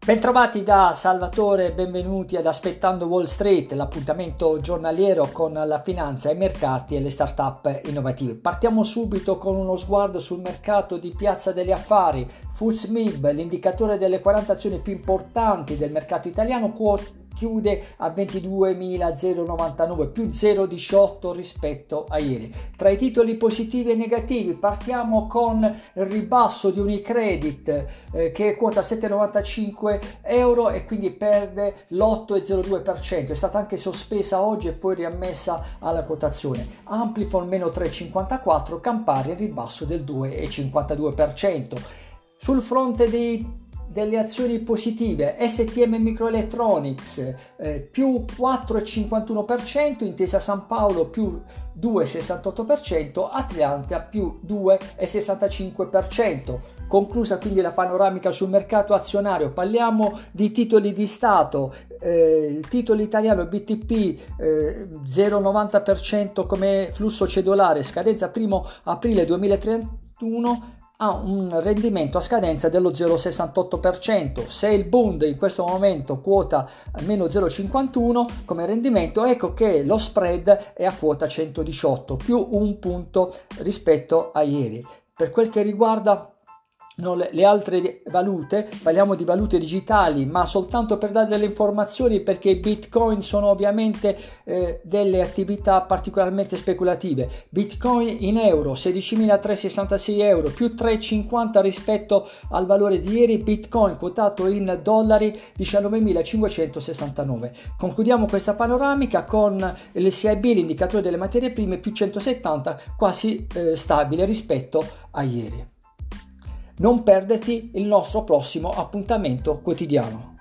Bentrovati da Salvatore, benvenuti ad Aspettando Wall Street, l'appuntamento giornaliero con la finanza, i mercati e le start-up innovative. Partiamo subito con uno sguardo sul mercato di Piazza degli Affari. FTSE MIB, l'indicatore delle 40 azioni più importanti del mercato italiano, chiude a 22.099, più 0,18 rispetto a ieri. Tra i titoli positivi e negativi partiamo con il ribasso di Unicredit che quota 7,95 euro e quindi perde l'8,02%. È stata anche sospesa oggi e poi riammessa alla quotazione. Amplifon meno 3,54, Campari in ribasso del 2,52%. Sul fronte delle azioni positive, STM Microelectronics più 4,51%, Intesa San Paolo più 2,68%, Atlantia più 2,65%. Conclusa quindi la panoramica sul mercato azionario, parliamo di titoli di Stato. Il titolo italiano BTP 0,90% come flusso cedolare, scadenza 1 aprile 2031, ha un rendimento a scadenza dello 0,68%. Se il Bund in questo momento quota meno 0,51 come rendimento, ecco che lo spread è a quota 118, più un punto rispetto a ieri. Per quel che riguarda le altre valute, parliamo di valute digitali, ma soltanto per dare delle informazioni, perché i bitcoin sono ovviamente delle attività particolarmente speculative. Bitcoin in euro 16.366 euro, più 3,50 rispetto al valore di ieri. Bitcoin quotato in dollari 19.569. Concludiamo questa panoramica con il CIB, l'indicatore delle materie prime, più 170, quasi stabile rispetto a ieri. Non perderti il nostro prossimo appuntamento quotidiano.